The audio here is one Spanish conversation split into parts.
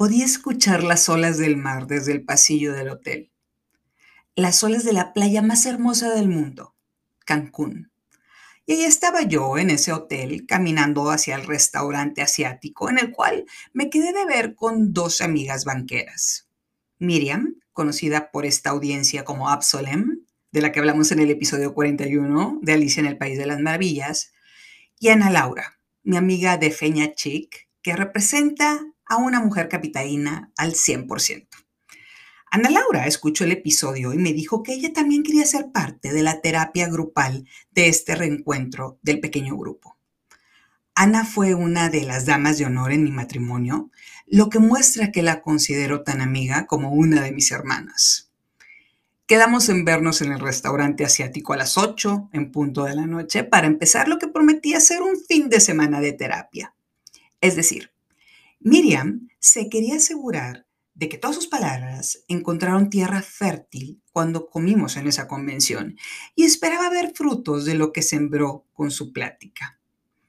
Podía escuchar las olas del mar desde el pasillo del hotel. Las olas de la playa más hermosa del mundo, Cancún. Y ahí estaba yo en ese hotel caminando hacia el restaurante asiático en el cual me quedé de ver con dos amigas banqueras. Miriam, conocida por esta audiencia como Absolem, de la que hablamos en el episodio 41 de Alicia en el País de las Maravillas, y Ana Laura, mi amiga de Feña Chic, que representa a una mujer capitalina al 100%. Ana Laura escuchó el episodio y me dijo que ella también quería ser parte de la terapia grupal de este reencuentro del pequeño grupo. Ana fue una de las damas de honor en mi matrimonio, lo que muestra que la considero tan amiga como una de mis hermanas. Quedamos en vernos en el restaurante asiático a las 8 en punto de la noche para empezar lo que prometía ser un fin de semana de terapia. Es decir, Miriam se quería asegurar de que todas sus palabras encontraron tierra fértil cuando comimos en esa convención y esperaba ver frutos de lo que sembró con su plática.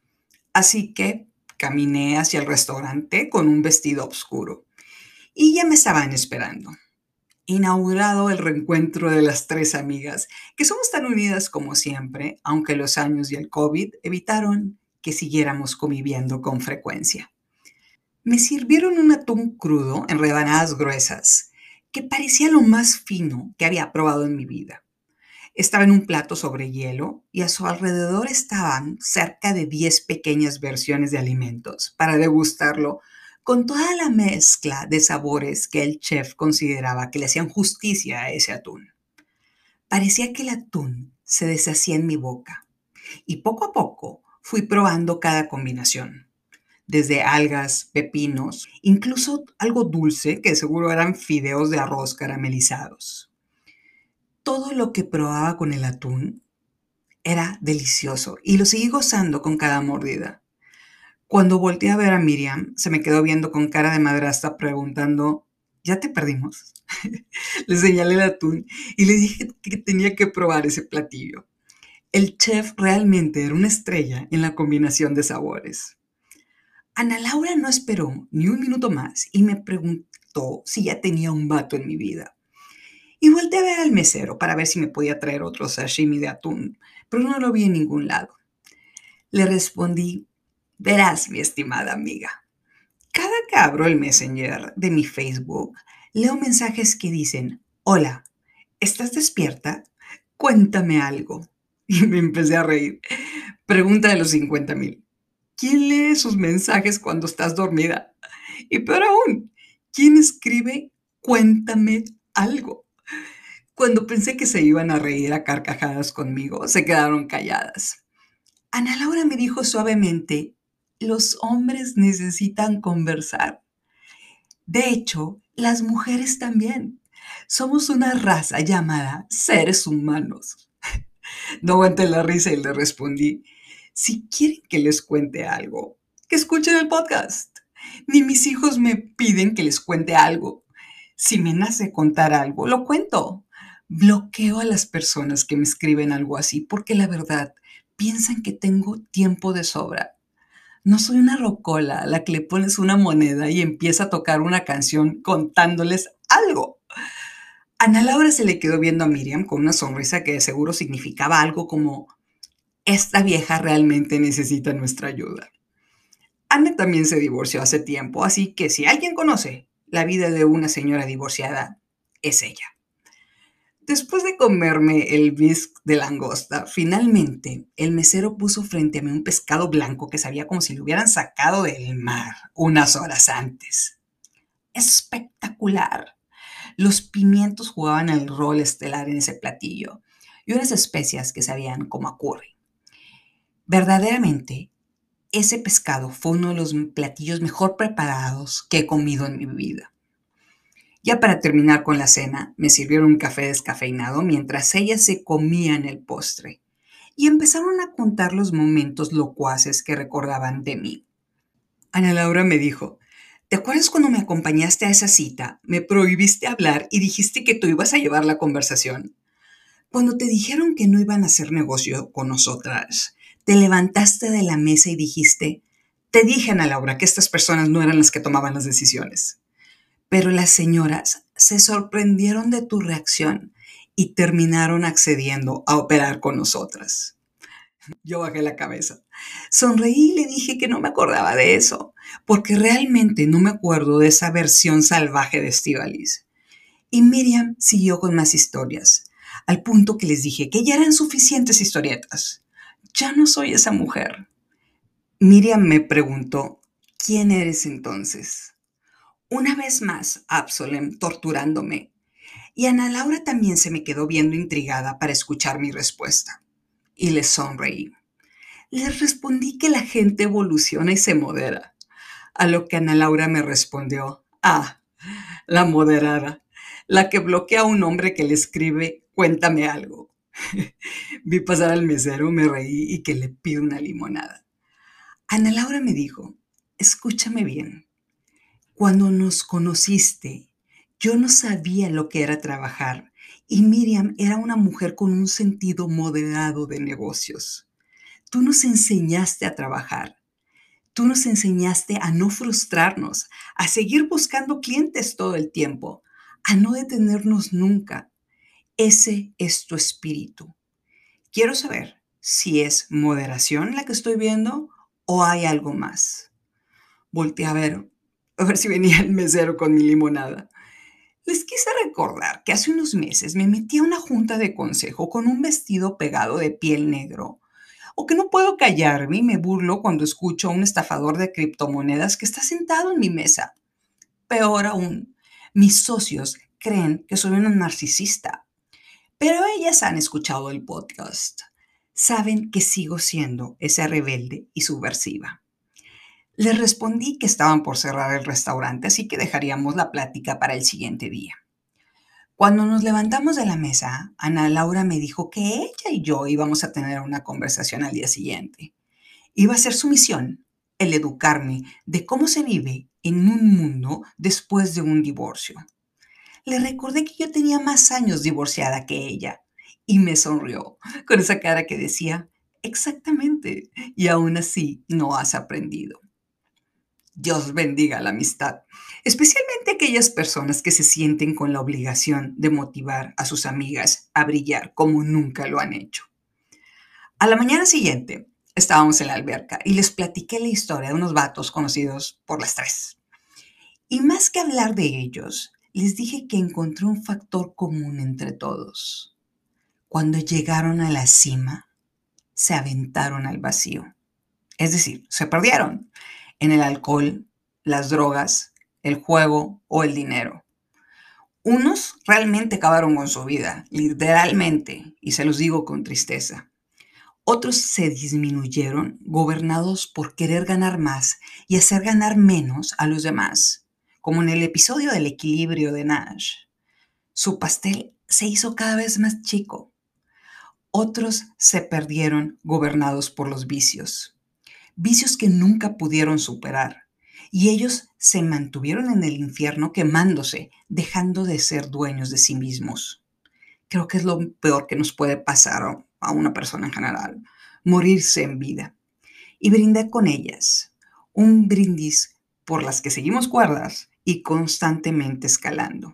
Así que caminé hacia el restaurante con un vestido oscuro y ya me estaban esperando. Inaugurado el reencuentro de las tres amigas, que somos tan unidas como siempre, aunque los años y el COVID evitaron que siguiéramos conviviendo con frecuencia. Me sirvieron un atún crudo en rebanadas gruesas, que parecía lo más fino que había probado en mi vida. Estaba en un plato sobre hielo y a su alrededor estaban cerca de 10 pequeñas versiones de alimentos para degustarlo con toda la mezcla de sabores que el chef consideraba que le hacían justicia a ese atún. Parecía que el atún se deshacía en mi boca y poco a poco fui probando cada combinación desde algas, pepinos, incluso algo dulce que seguro eran fideos de arroz caramelizados. Todo lo que probaba con el atún era delicioso y lo seguí gozando con cada mordida. Cuando volteé a ver a Miriam, se me quedó viendo con cara de madrastra preguntando, ¿ya te perdimos? Le señalé el atún y le dije que tenía que probar ese platillo. El chef realmente era una estrella en la combinación de sabores. Ana Laura no esperó ni un minuto más y me preguntó si ya tenía un vato en mi vida. Y volteé a ver al mesero para ver si me podía traer otro sashimi de atún, pero no lo vi en ningún lado. Le respondí, verás, mi estimada amiga, cada que abro el Messenger de mi Facebook, leo mensajes que dicen, hola, ¿estás despierta? Cuéntame algo. Y me empecé a reír. Pregunta de los 50,000. ¿Quién lee sus mensajes cuando estás dormida? Y peor aún, ¿quién escribe cuéntame algo? Cuando pensé que se iban a reír a carcajadas conmigo, se quedaron calladas. Ana Laura me dijo suavemente, los hombres necesitan conversar. De hecho, las mujeres también. Somos una raza llamada seres humanos. No aguanté la risa y le respondí, si quieren que les cuente algo, que escuchen el podcast. Ni mis hijos me piden que les cuente algo. Si me nace contar algo, lo cuento. Bloqueo a las personas que me escriben algo así porque la verdad piensan que tengo tiempo de sobra. No soy una rocola a la que le pones una moneda y empieza a tocar una canción contándoles algo. Ana Laura se le quedó viendo a Miriam con una sonrisa que de seguro significaba algo como, esta vieja realmente necesita nuestra ayuda. Ana también se divorció hace tiempo, así que si alguien conoce la vida de una señora divorciada, es ella. Después de comerme el bisque de langosta, finalmente el mesero puso frente a mí un pescado blanco que sabía como si lo hubieran sacado del mar unas horas antes. Espectacular. Los pimientos jugaban el rol estelar en ese platillo y unas especias que sabían como a curry. Verdaderamente, ese pescado fue uno de los platillos mejor preparados que he comido en mi vida. Ya para terminar con la cena, me sirvieron un café descafeinado mientras ellas se comían el postre y empezaron a contar los momentos locuaces que recordaban de mí. Ana Laura me dijo, ¿te acuerdas cuando me acompañaste a esa cita? Me prohibiste hablar y dijiste que tú ibas a llevar la conversación. Cuando te dijeron que no iban a hacer negocio con nosotras, te levantaste de la mesa y dijiste, te dije, Ana Laura, que estas personas no eran las que tomaban las decisiones. pero las señoras se sorprendieron de tu reacción y terminaron accediendo a operar con nosotras. Yo bajé la cabeza. Sonreí y le dije que no me acordaba de eso, porque realmente no me acuerdo de esa versión salvaje de Estíbaliz. Y Miriam siguió con más historias, al punto que les dije que ya eran suficientes historietas. Ya no soy esa mujer. Miriam me preguntó, ¿quién eres entonces? Una vez más, Absalom torturándome. Y Ana Laura también se me quedó viendo intrigada para escuchar mi respuesta. Y le sonreí. Les respondí que la gente evoluciona y se modera. A lo que Ana Laura me respondió, la moderada, la que bloquea a un hombre que le escribe, cuéntame algo. Vi pasar al mesero, me reí y que le pido una limonada. Ana Laura me dijo, escúchame bien, cuando nos conociste, yo no sabía lo que era trabajar y Miriam era una mujer con un sentido moderado de negocios. Tú nos enseñaste a trabajar. Tú nos enseñaste a no frustrarnos, a seguir buscando clientes todo el tiempo, a no detenernos nunca. Ese es tu espíritu. Quiero saber si es moderación la que estoy viendo o hay algo más. Volteé a ver si venía el mesero con mi limonada. Les quise recordar que hace unos meses me metí a una junta de consejo con un vestido pegado de piel negro, o que no puedo callarme y me burlo cuando escucho a un estafador de criptomonedas que está sentado en mi mesa. Peor aún, mis socios creen que soy una narcisista, pero ellas han escuchado el podcast. Saben que sigo siendo esa rebelde y subversiva. Les respondí que estaban por cerrar el restaurante, así que dejaríamos la plática para el siguiente día. Cuando nos levantamos de la mesa, Ana Laura me dijo que ella y yo íbamos a tener una conversación al día siguiente. Iba a ser su misión el educarme de cómo se vive en un mundo después de un divorcio. Le recordé que yo tenía más años divorciada que ella y me sonrió con esa cara que decía, exactamente, y aún así no has aprendido. Dios bendiga la amistad, especialmente aquellas personas que se sienten con la obligación de motivar a sus amigas a brillar como nunca lo han hecho. A la mañana siguiente estábamos en la alberca y les platiqué la historia de unos vatos conocidos por las tres. Y más que hablar de ellos, les dije que encontré un factor común entre todos. Cuando llegaron a la cima, se aventaron al vacío. Es decir, se perdieron en el alcohol, las drogas, el juego o el dinero. Unos realmente acabaron con su vida, literalmente, y se los digo con tristeza. Otros se disminuyeron, gobernados por querer ganar más y hacer ganar menos a los demás, como en el episodio del equilibrio de Nash. Su pastel se hizo cada vez más chico. Otros se perdieron, gobernados por los vicios, vicios que nunca pudieron superar, y ellos se mantuvieron en el infierno quemándose, dejando de ser dueños de sí mismos. Creo que es lo peor que nos puede pasar a una persona en general, morirse en vida. Y brindé con ellas, un brindis por las que seguimos cuerdas y constantemente escalando.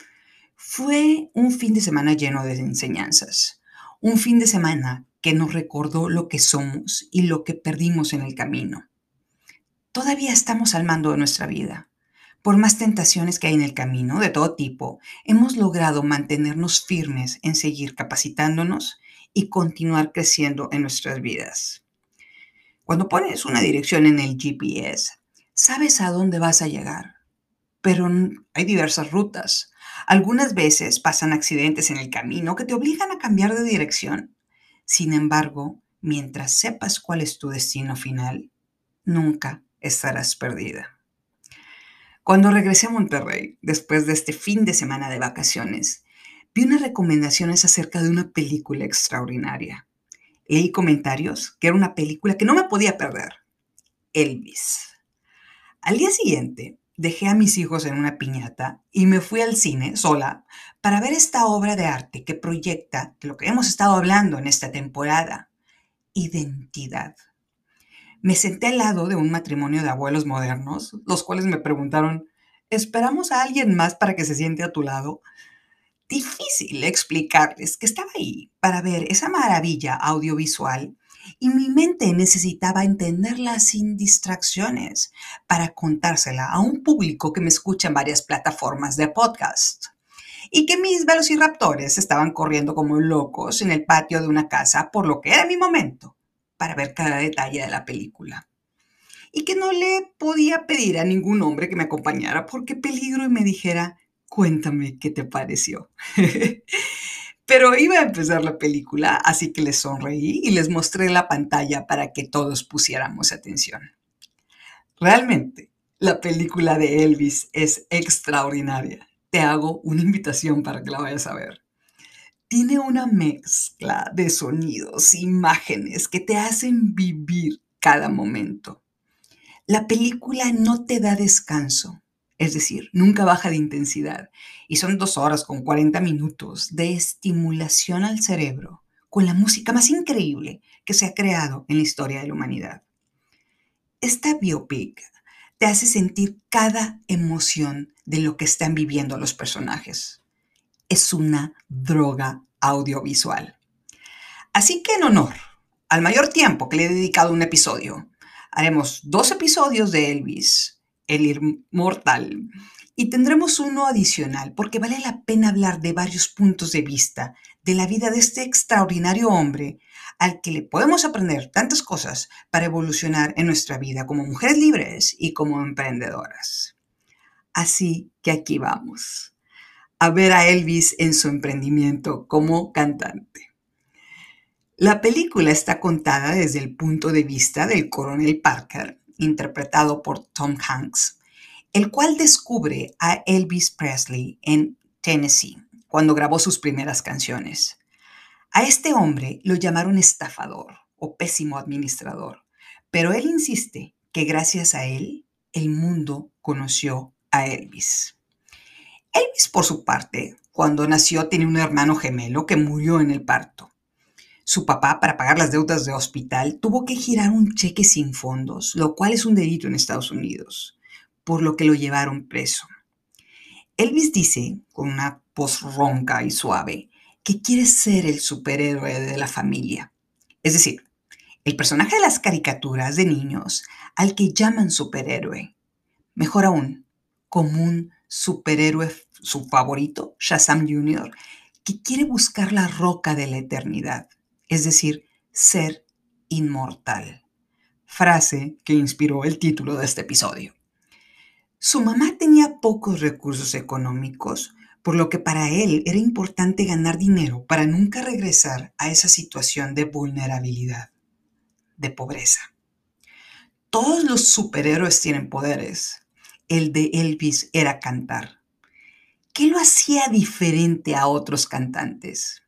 Fue un fin de semana lleno de enseñanzas, un fin de semana que nos recordó lo que somos y lo que perdimos en el camino. Todavía estamos al mando de nuestra vida. Por más tentaciones que hay en el camino, de todo tipo, hemos logrado mantenernos firmes en seguir capacitándonos y continuar creciendo en nuestras vidas. Cuando pones una dirección en el GPS, sabes a dónde vas a llegar, pero hay diversas rutas. Algunas veces pasan accidentes en el camino que te obligan a cambiar de dirección. Sin embargo, mientras sepas cuál es tu destino final, nunca estarás perdida. Cuando regresé a Monterrey, después de este fin de semana de vacaciones, vi unas recomendaciones acerca de una película extraordinaria. Leí comentarios que era una película que no me podía perder, Elvis. Al día siguiente, dejé a mis hijos en una piñata y me fui al cine sola para ver esta obra de arte que proyecta lo que hemos estado hablando en esta temporada, identidad. Me senté al lado de un matrimonio de abuelos modernos, los cuales me preguntaron, ¿Esperamos a alguien más para que se siente a tu lado? Difícil explicarles que estaba ahí para ver esa maravilla audiovisual y mi mente necesitaba entenderla sin distracciones para contársela a un público que me escucha en varias plataformas de podcast y que mis velociraptores estaban corriendo como locos en el patio de una casa por lo que era mi momento para ver cada detalle de la película y que no le podía pedir a ningún hombre que me acompañara porque peligro y me dijera, cuéntame qué te pareció. Pero iba a empezar la película, así que les sonreí y les mostré la pantalla para que todos pusiéramos atención. Realmente, la película de Elvis es extraordinaria. Te hago una invitación para que la vayas a ver. Tiene una mezcla de sonidos, imágenes que te hacen vivir cada momento. La película no te da descanso, es decir, nunca baja de intensidad, y son 2 horas con 40 minutos de estimulación al cerebro con la música más increíble que se ha creado en la historia de la humanidad. Esta biopic te hace sentir cada emoción de lo que están viviendo los personajes. Es una droga audiovisual. Así que en honor al mayor tiempo que le he dedicado a un episodio, haremos 2 episodios de Elvis, el inmortal, y tendremos uno adicional porque vale la pena hablar de varios puntos de vista de la vida de este extraordinario hombre al que le podemos aprender tantas cosas para evolucionar en nuestra vida como mujeres libres y como emprendedoras. Así que aquí vamos, a ver a Elvis en su emprendimiento como cantante. La película está contada desde el punto de vista del coronel Parker, interpretado por Tom Hanks, el cual descubre a Elvis Presley en Tennessee cuando grabó sus primeras canciones. A este hombre lo llamaron estafador o pésimo administrador, pero él insiste que gracias a él el mundo conoció a Elvis. Elvis, por su parte, cuando nació tenía un hermano gemelo que murió en el parto. Su papá, para pagar las deudas de hospital, tuvo que girar un cheque sin fondos, lo cual es un delito en Estados Unidos, por lo que lo llevaron preso. Elvis dice, con una voz ronca y suave, que quiere ser el superhéroe de la familia. Es decir, el personaje de las caricaturas de niños al que llaman superhéroe. Mejor aún, como un superhéroe, su favorito, Shazam Jr., que quiere buscar la roca de la eternidad, es decir, ser inmortal. Frase que inspiró el título de este episodio. Su mamá tenía pocos recursos económicos, por lo que para él era importante ganar dinero para nunca regresar a esa situación de vulnerabilidad, de pobreza. Todos los superhéroes tienen poderes. El de Elvis era cantar. ¿Qué lo hacía diferente a otros cantantes?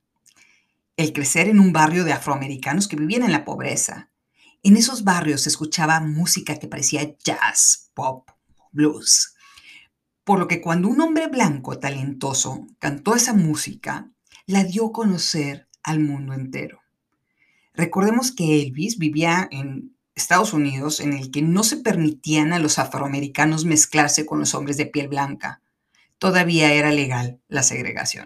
El crecer en un barrio de afroamericanos que vivían en la pobreza. En esos barrios se escuchaba música que parecía jazz, pop, blues. Por lo que cuando un hombre blanco talentoso cantó esa música, la dio a conocer al mundo entero. Recordemos que Elvis vivía en Estados Unidos, en el que no se permitían a los afroamericanos mezclarse con los hombres de piel blanca. Todavía era legal la segregación.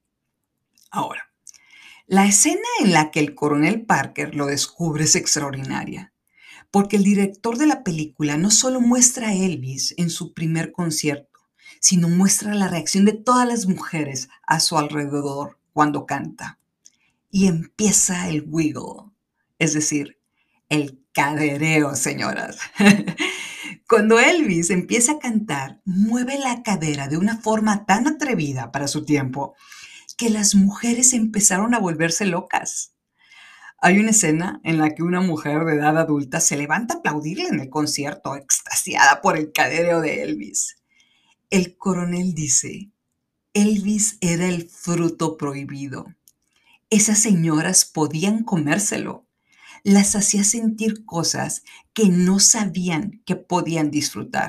Ahora, la escena en la que el coronel Parker lo descubre es extraordinaria, porque el director de la película no solo muestra a Elvis en su primer concierto, sino muestra la reacción de todas las mujeres a su alrededor cuando canta. Y empieza el wiggle, es decir, el cadereo, señoras. Cuando Elvis empieza a cantar, mueve la cadera de una forma tan atrevida para su tiempo que las mujeres empezaron a volverse locas. Hay una escena en la que una mujer de edad adulta se levanta a aplaudirle en el concierto, extasiada por el cadereo de Elvis. El coronel dice, Elvis era el fruto prohibido. Esas señoras podían comérselo. Las hacía sentir cosas que no sabían que podían disfrutar.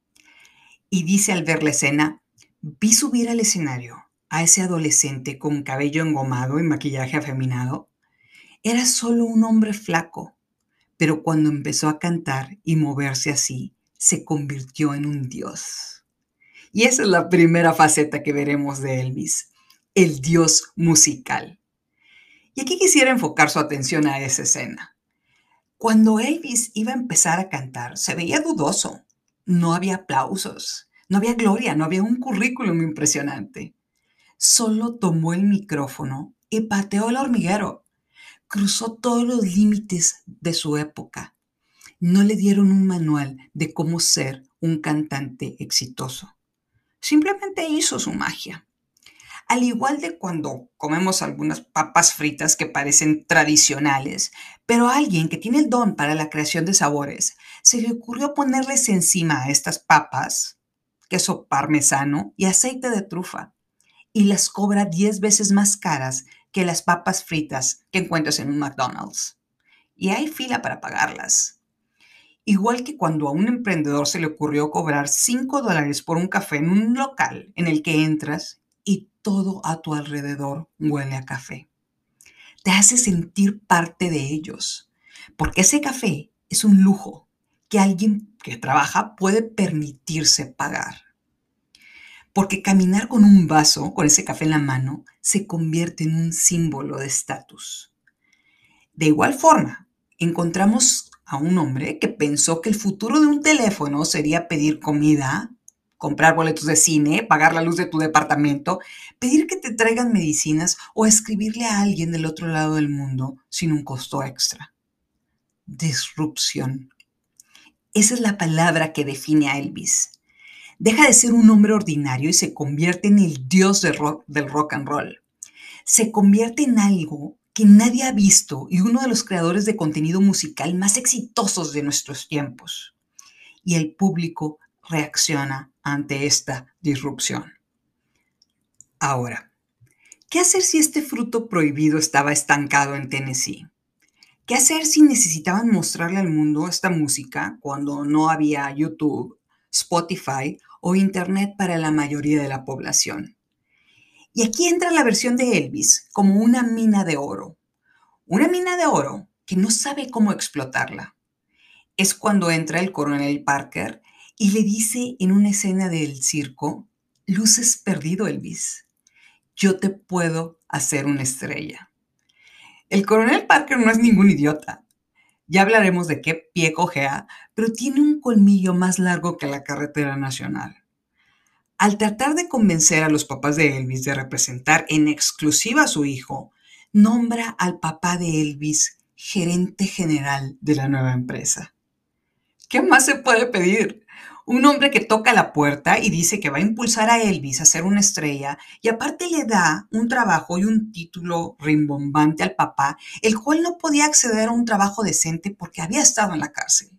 Y dice al ver la escena, vi subir al escenario a ese adolescente con cabello engomado y maquillaje afeminado. Era solo un hombre flaco, pero cuando empezó a cantar y moverse así, se convirtió en un dios. Y esa es la primera faceta que veremos de Elvis, el dios musical. Y aquí quisiera enfocar su atención a esa escena. Cuando Elvis iba a empezar a cantar, se veía dudoso. No había aplausos, no había gloria, no había un currículum impresionante. Solo tomó el micrófono y pateó el hormiguero. Cruzó todos los límites de su época. No le dieron un manual de cómo ser un cantante exitoso. Simplemente hizo su magia. Al igual de cuando comemos algunas papas fritas que parecen tradicionales, pero a alguien que tiene el don para la creación de sabores, se le ocurrió ponerles encima a estas papas queso parmesano y aceite de trufa, y las cobra 10 veces más caras que las papas fritas que encuentras en un McDonald's. Y hay fila para pagarlas. Igual que cuando a un emprendedor se le ocurrió cobrar $5 por un café en un local en el que entras y todo a tu alrededor huele a café. Te hace sentir parte de ellos, porque ese café es un lujo que alguien que trabaja puede permitirse pagar. Porque caminar con un vaso, con ese café en la mano, se convierte en un símbolo de estatus. De igual forma, encontramos a un hombre que pensó que el futuro de un teléfono sería pedir comida, comprar boletos de cine, pagar la luz de tu departamento, pedir que te traigan medicinas o escribirle a alguien del otro lado del mundo sin un costo extra. Disrupción. Esa es la palabra que define a Elvis. Deja de ser un hombre ordinario y se convierte en el dios del rock and roll. Se convierte en algo que nadie ha visto y uno de los creadores de contenido musical más exitosos de nuestros tiempos. Y el público reacciona ante esta disrupción. Ahora, ¿qué hacer si este fruto prohibido estaba estancado en Tennessee? ¿Qué hacer si necesitaban mostrarle al mundo esta música cuando no había YouTube, Spotify o Internet para la mayoría de la población? Y aquí entra la versión de Elvis como una mina de oro. Una mina de oro que no sabe cómo explotarla. Es cuando entra el coronel Parker y le dice en una escena del circo, luces perdido, Elvis. Yo te puedo hacer una estrella. El coronel Parker no es ningún idiota. Ya hablaremos de qué pie cojea, pero tiene un colmillo más largo que la carretera nacional. Al tratar de convencer a los papás de Elvis de representar en exclusiva a su hijo, nombra al papá de Elvis gerente general de la nueva empresa. ¿Qué más se puede pedir? Un hombre que toca la puerta y dice que va a impulsar a Elvis a ser una estrella y aparte le da un trabajo y un título rimbombante al papá, el cual no podía acceder a un trabajo decente porque había estado en la cárcel.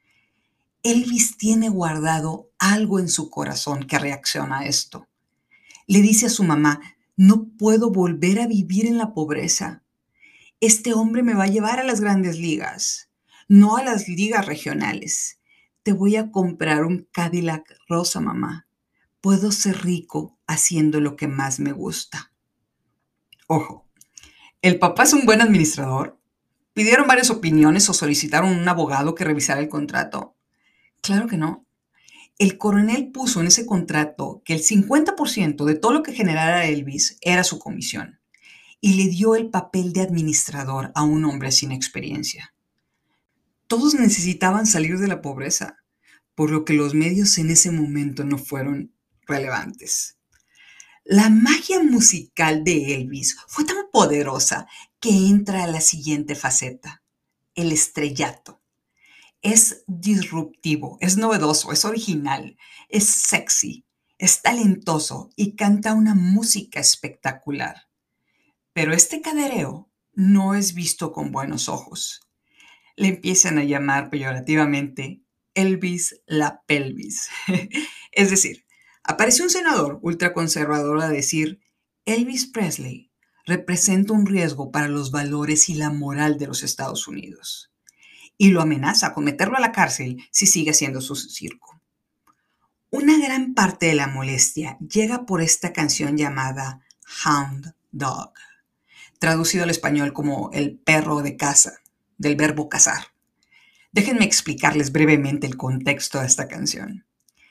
Elvis tiene guardado algo en su corazón que reacciona a esto. Le dice a su mamá, no puedo volver a vivir en la pobreza. Este hombre me va a llevar a las grandes ligas, no a las ligas regionales. Te voy a comprar un Cadillac rosa, mamá. Puedo ser rico haciendo lo que más me gusta. Ojo, ¿el papá es un buen administrador? ¿Pidieron varias opiniones o solicitaron un abogado que revisara el contrato? Claro que no. El coronel puso en ese contrato que el 50% de todo lo que generara Elvis era su comisión y le dio el papel de administrador a un hombre sin experiencia. Todos necesitaban salir de la pobreza, por lo que los medios en ese momento no fueron relevantes. La magia musical de Elvis fue tan poderosa que entra a la siguiente faceta, el estrellato. Es disruptivo, es novedoso, es original, es sexy, es talentoso y canta una música espectacular. Pero este cadereo no es visto con buenos ojos. Le empiezan a llamar peyorativamente Elvis la pelvis. Es decir, aparece un senador ultraconservador a decir, Elvis Presley representa un riesgo para los valores y la moral de los Estados Unidos. Y lo amenaza con meterlo a la cárcel si sigue haciendo su circo. Una gran parte de la molestia llega por esta canción llamada Hound Dog, traducido al español como el perro de caza, del verbo cazar. Déjenme explicarles brevemente el contexto de esta canción.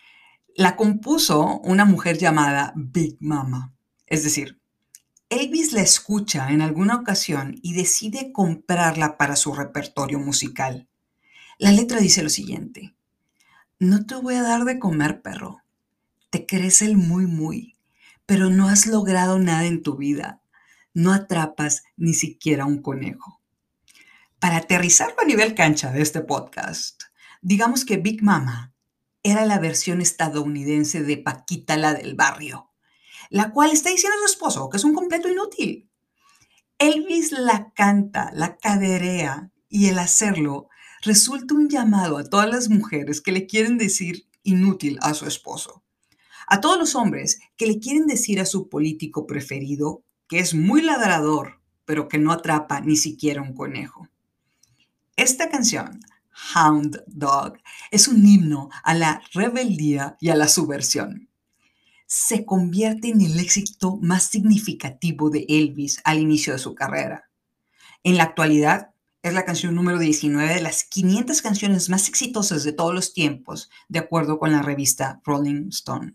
La compuso una mujer llamada Big Mama. Es decir, Elvis la escucha en alguna ocasión y decide comprarla para su repertorio musical. La letra dice lo siguiente: no te voy a dar de comer, perro. Te crees el muy muy, pero no has logrado nada en tu vida. No atrapas ni siquiera un conejo. Para aterrizarlo a nivel cancha de este podcast, digamos que Big Mama era la versión estadounidense de Paquita la del barrio, la cual está diciendo a su esposo que es un completo inútil. Elvis la canta, la caderea y el hacerlo resulta un llamado a todas las mujeres que le quieren decir inútil a su esposo. A todos los hombres que le quieren decir a su político preferido que es muy ladrador, pero que no atrapa ni siquiera un conejo. Esta canción, Hound Dog, es un himno a la rebeldía y a la subversión. Se convierte en el éxito más significativo de Elvis al inicio de su carrera. En la actualidad, es la canción número 19 de las 500 canciones más exitosas de todos los tiempos, de acuerdo con la revista Rolling Stone.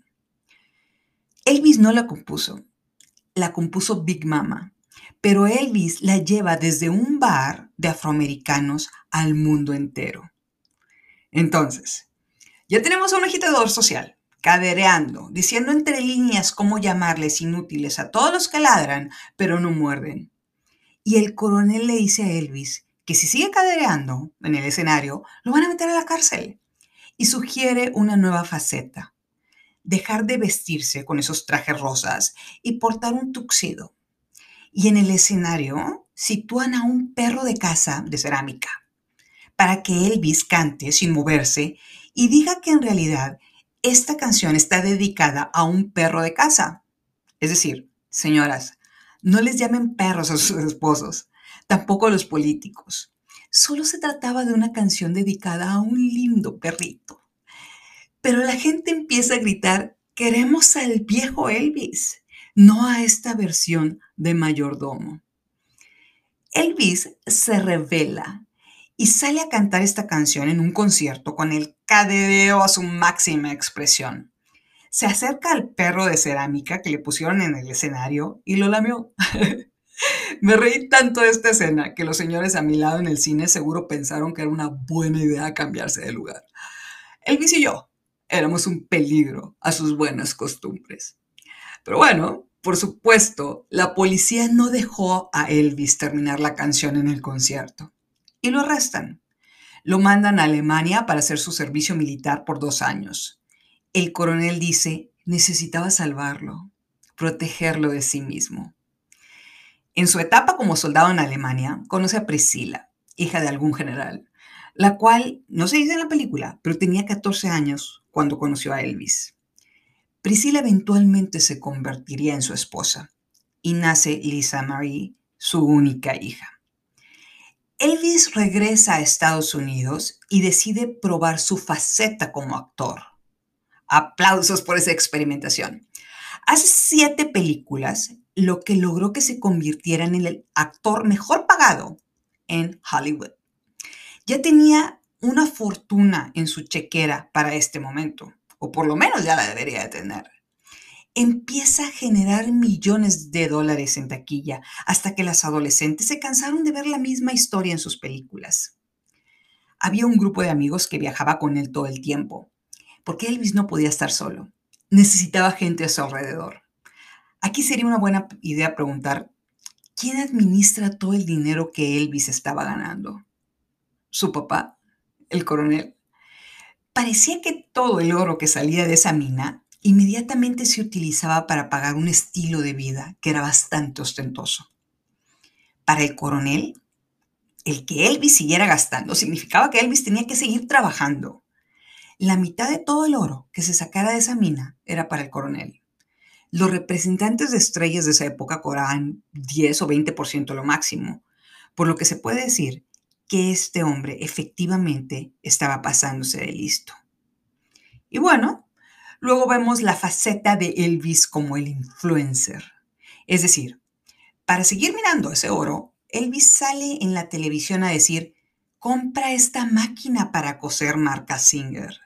Elvis no la compuso Big Mama, pero Elvis la lleva desde un bar de afroamericanos al mundo entero. Entonces, ya tenemos a un agitador social, cadereando, diciendo entre líneas cómo llamarles inútiles a todos los que ladran, pero no muerden. Y el coronel le dice a Elvis que si sigue cadereando en el escenario, lo van a meter a la cárcel. Y sugiere una nueva faceta: dejar de vestirse con esos trajes rosas y portar un tuxedo. Y en el escenario sitúan a un perro de casa de cerámica para que Elvis cante sin moverse y diga que en realidad esta canción está dedicada a un perro de casa. Es decir, señoras, no les llamen perros a sus esposos, tampoco a los políticos. Solo se trataba de una canción dedicada a un lindo perrito. Pero la gente empieza a gritar: queremos al viejo Elvis, no a esta versión de mayordomo. Elvis se revela y sale a cantar esta canción en un concierto con el cadereo a su máxima expresión. Se acerca al perro de cerámica que le pusieron en el escenario y lo lamió. Me reí tanto de esta escena que los señores a mi lado en el cine seguro pensaron que era una buena idea cambiarse de lugar. Elvis y yo éramos un peligro a sus buenas costumbres. Pero bueno, por supuesto, la policía no dejó a Elvis terminar la canción en el concierto y lo arrestan. Lo mandan a Alemania para hacer su servicio militar por 2 años. El coronel dice: necesitaba salvarlo, protegerlo de sí mismo. En su etapa como soldado en Alemania, conoce a Priscilla, hija de algún general, la cual no se dice en la película, pero tenía 14 años cuando conoció a Elvis. Priscilla eventualmente se convertiría en su esposa y nace Lisa Marie, su única hija. Elvis regresa a Estados Unidos y decide probar su faceta como actor. Aplausos por esa experimentación. Hace 7 películas, lo que logró que se convirtiera en el actor mejor pagado en Hollywood. Ya tenía una fortuna en su chequera para este momento, o por lo menos ya la debería de tener. Empieza a generar millones de dólares en taquilla hasta que las adolescentes se cansaron de ver la misma historia en sus películas. Había un grupo de amigos que viajaba con él todo el tiempo, porque Elvis no podía estar solo. Necesitaba gente a su alrededor. Aquí sería una buena idea preguntar: ¿quién administra todo el dinero que Elvis estaba ganando? ¿Su papá, el coronel? Parecía que todo el oro que salía de esa mina inmediatamente se utilizaba para pagar un estilo de vida que era bastante ostentoso. Para el coronel, el que Elvis siguiera gastando significaba que Elvis tenía que seguir trabajando. La mitad de todo el oro que se sacara de esa mina era para el coronel. Los representantes de estrellas de esa época cobraban 10 o 20% lo máximo, por lo que se puede decir que este hombre efectivamente estaba pasándose de listo. Y bueno, luego vemos la faceta de Elvis como el influencer. Es decir, para seguir mirando ese oro, Elvis sale en la televisión a decir: compra esta máquina para coser marca Singer.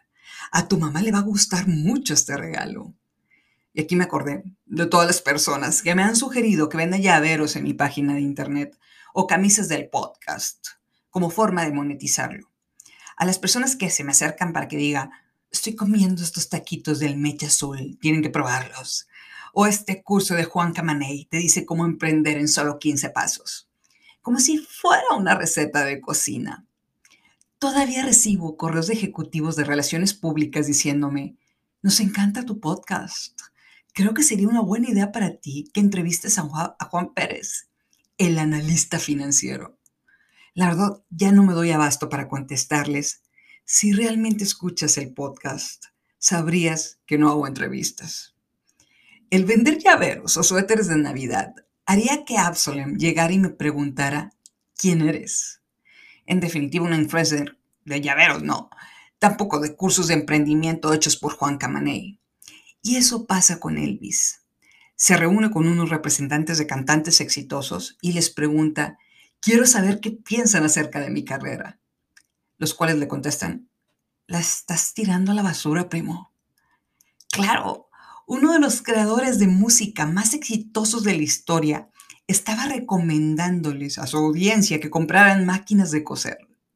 A tu mamá le va a gustar mucho este regalo. Y aquí me acordé de todas las personas que me han sugerido que venda llaveros en mi página de internet o camisas del podcast como forma de monetizarlo. A las personas que se me acercan para que diga, estoy comiendo estos taquitos del Mecha Azul, tienen que probarlos. O este curso de Juan Camaney te dice cómo emprender en solo 15 pasos. Como si fuera una receta de cocina. Todavía recibo correos de ejecutivos de relaciones públicas diciéndome, nos encanta tu podcast. Creo que sería una buena idea para ti que entrevistes a Juan Pérez, el analista financiero. La verdad, ya no me doy abasto para contestarles. Si realmente escuchas el podcast, sabrías que no hago entrevistas. El vender llaveros o suéteres de Navidad haría que Absalom llegara y me preguntara, ¿quién eres? En definitiva, una influencer de llaveros, no. Tampoco de cursos de emprendimiento hechos por Juan Camaney. Y eso pasa con Elvis. Se reúne con unos representantes de cantantes exitosos y les pregunta, quiero saber qué piensan acerca de mi carrera. Los cuales le contestan, ¿la estás tirando a la basura, primo? Claro, uno de los creadores de música más exitosos de la historia estaba recomendándoles a su audiencia que compraran máquinas de coser.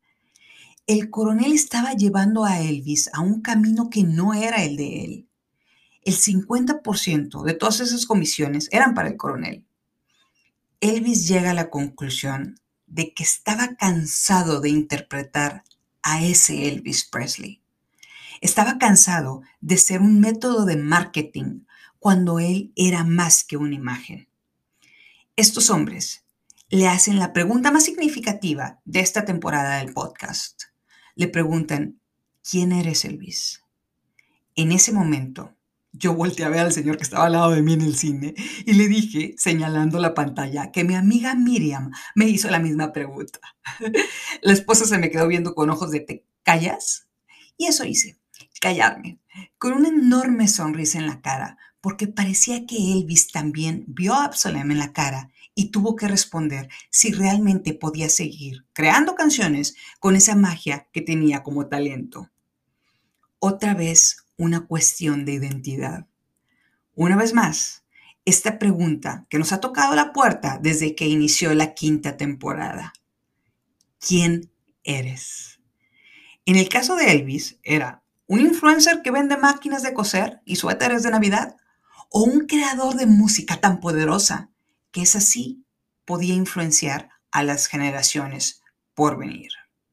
El coronel estaba llevando a Elvis a un camino que no era el de él. El 50% de todas esas comisiones eran para el coronel. Elvis llega a la conclusión de que estaba cansado de interpretar a ese Elvis Presley. Estaba cansado de ser un método de marketing cuando él era más que una imagen. Estos hombres le hacen la pregunta más significativa de esta temporada del podcast. Le preguntan, ¿quién eres, Elvis? En ese momento, yo volteé a ver al señor que estaba al lado de mí en el cine y le dije, señalando la pantalla, que mi amiga Miriam me hizo la misma pregunta. La esposa se me quedó viendo con ojos de ¿te callas? Y eso hice, callarme, con una enorme sonrisa en la cara, porque parecía que Elvis también vio a Absalom en la cara y tuvo que responder si realmente podía seguir creando canciones con esa magia que tenía como talento. Otra vez una cuestión de identidad. Una vez más, esta pregunta que nos ha tocado la puerta desde que inició la 5ª temporada. ¿Quién eres? En el caso de Elvis, ¿era un influencer que vende máquinas de coser y suéteres de Navidad? ¿O un creador de música tan poderosa que es así podía influenciar a las generaciones por venir?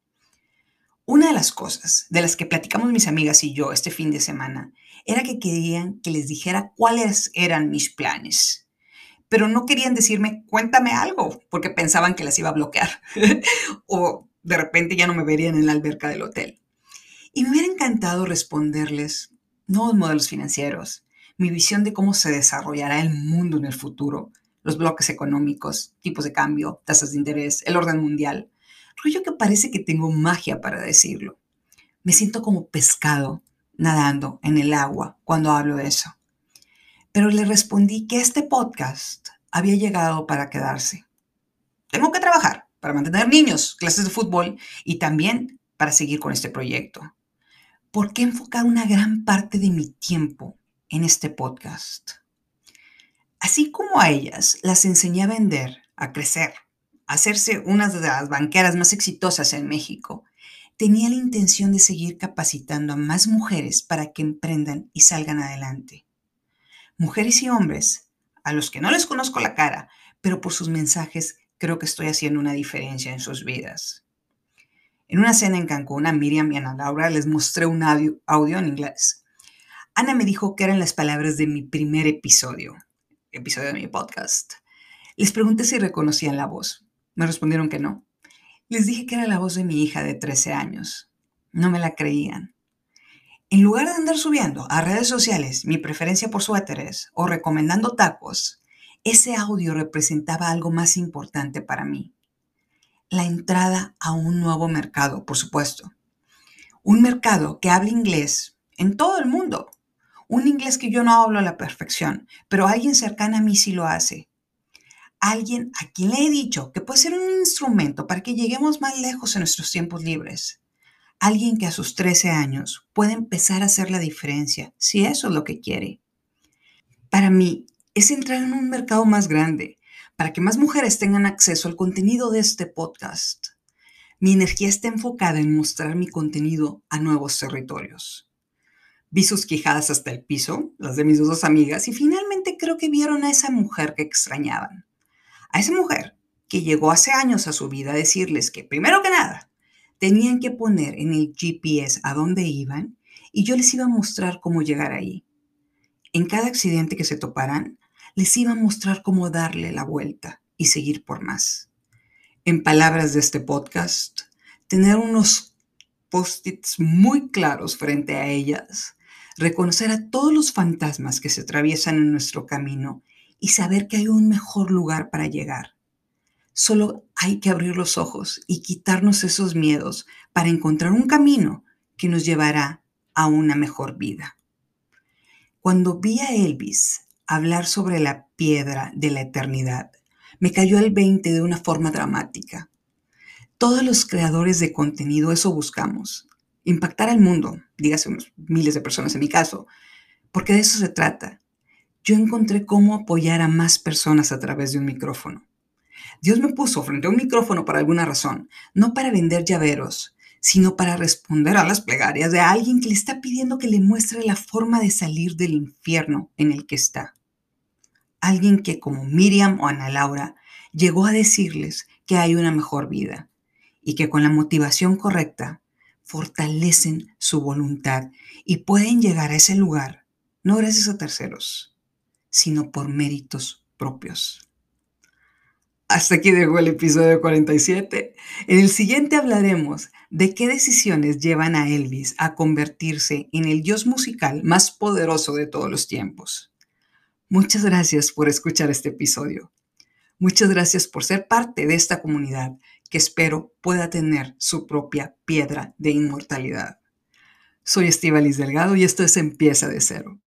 Una de las cosas de las que platicamos mis amigas y yo este fin de semana era que querían que les dijera cuáles eran mis planes, pero no querían decirme cuéntame algo porque pensaban que las iba a bloquear o de repente ya no me verían en la alberca del hotel. Y me hubiera encantado responderles nuevos modelos financieros, mi visión de cómo se desarrollará el mundo en el futuro, los bloques económicos, tipos de cambio, tasas de interés, el orden mundial. Rollo que parece que tengo magia para decirlo. Me siento como pescado nadando en el agua cuando hablo de eso. Pero le respondí que este podcast había llegado para quedarse. Tengo que trabajar para mantener niños, clases de fútbol y también para seguir con este proyecto. ¿Por qué enfocar una gran parte de mi tiempo en este podcast? Así como a ellas las enseñé a vender, a crecer, a hacerse una de las banqueras más exitosas en México, tenía la intención de seguir capacitando a más mujeres para que emprendan y salgan adelante. Mujeres y hombres, a los que no les conozco la cara, pero por sus mensajes creo que estoy haciendo una diferencia en sus vidas. En una cena en Cancún, a Miriam y a Ana Laura les mostré un audio en inglés. Ana me dijo que eran las palabras de mi primer episodio de mi podcast. Les pregunté si reconocían la voz. Me respondieron que no. Les dije que era la voz de mi hija de 13 años. No me la creían. En lugar de andar subiendo a redes sociales mi preferencia por suéteres o recomendando tacos, ese audio representaba algo más importante para mí. La entrada a un nuevo mercado, por supuesto. Un mercado que habla inglés en todo el mundo. Un inglés que yo no hablo a la perfección, pero alguien cercano a mí sí lo hace. Alguien a quien le he dicho que puede ser un instrumento para que lleguemos más lejos en nuestros tiempos libres. alguien que a sus 13 años puede empezar a hacer la diferencia, si eso es lo que quiere. Para mí, es entrar en un mercado más grande, para que más mujeres tengan acceso al contenido de este podcast. Mi energía está enfocada en mostrar mi contenido a nuevos territorios. Vi sus quijadas hasta el piso, las de mis dos amigas, y finalmente creo que vieron a esa mujer que extrañaban. A esa mujer que llegó hace años a su vida a decirles que, primero que nada, tenían que poner en el GPS a dónde iban y yo les iba a mostrar cómo llegar ahí. En cada accidente que se toparan, les iba a mostrar cómo darle la vuelta y seguir por más. En palabras de este podcast, tener unos post-its muy claros frente a ellas, reconocer a todos los fantasmas que se atraviesan en nuestro camino y saber que hay un mejor lugar para llegar. Solo hay que abrir los ojos y quitarnos esos miedos para encontrar un camino que nos llevará a una mejor vida. Cuando vi a Elvis hablar sobre la piedra de la eternidad, me cayó el 20 de una forma dramática. Todos los creadores de contenido eso buscamos, impactar al mundo, dígase unos miles de personas en mi caso, porque de eso se trata. Yo encontré cómo apoyar a más personas a través de un micrófono. Dios me puso frente a un micrófono por alguna razón, no para vender llaveros, sino para responder a las plegarias de alguien que le está pidiendo que le muestre la forma de salir del infierno en el que está. Alguien que, como Miriam o Ana Laura, llegó a decirles que hay una mejor vida y que con la motivación correcta fortalecen su voluntad y pueden llegar a ese lugar, no gracias a terceros, sino por méritos propios. Hasta aquí llegó el episodio 47. En el siguiente hablaremos de qué decisiones llevan a Elvis a convertirse en el dios musical más poderoso de todos los tiempos. Muchas gracias por escuchar este episodio. Muchas gracias por ser parte de esta comunidad que espero pueda tener su propia piedra de inmortalidad. Soy Estíbaliz Delgado y esto es Empieza de Cero.